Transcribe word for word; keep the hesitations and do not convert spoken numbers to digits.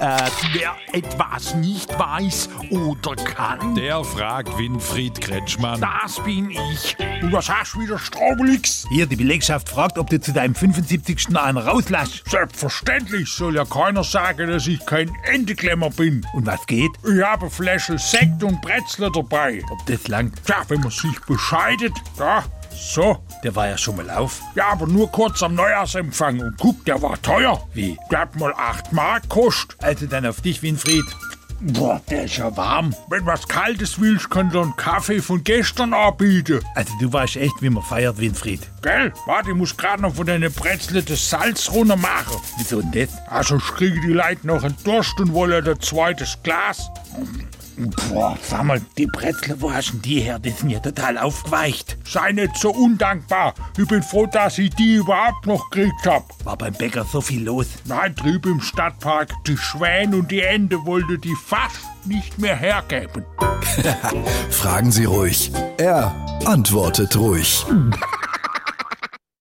Äh, wer etwas nicht weiß oder kann, Der fragt Winfried Kretschmann. das bin ich. Und was hast du wieder, Straublix? Hier, die Belegschaft fragt, ob du zu deinem fünfundsiebzigsten einen rauslässt. Selbstverständlich soll ja keiner sagen, dass ich kein Endeklemmer bin. Und was geht? Ich habe Flasche Sekt und Bretzler dabei. Ob das langt? Tja, wenn man sich bescheidet. Da, so. Der war ja schon mal auf. Ja, aber nur kurz am Neujahrsempfang. Und guck, der war teuer. Wie? Der hat mal acht Mark gekostet. Also dann auf dich, Winfried. Boah, der ist ja warm. Wenn was Kaltes willst, kann ich dir einen Kaffee von gestern anbieten. Also du weißt echt, wie man feiert, Winfried. Gell? Warte, ich muss gerade noch von deinen Brezeln das Salz runter machen. Wieso denn das? Also kriegen die Leute noch einen Durst und wollen ein zweites Glas. Boah, sag mal, die Brezel, wo hast denn die her? Die sind ja total aufgeweicht. Sei nicht so undankbar. Ich bin froh, dass ich die überhaupt noch gekriegt hab. War beim Bäcker so viel los. Nein, drüben im Stadtpark, die Schwäne und die Ente wollten die fast nicht mehr hergeben. Fragen Sie ruhig. Er antwortet ruhig.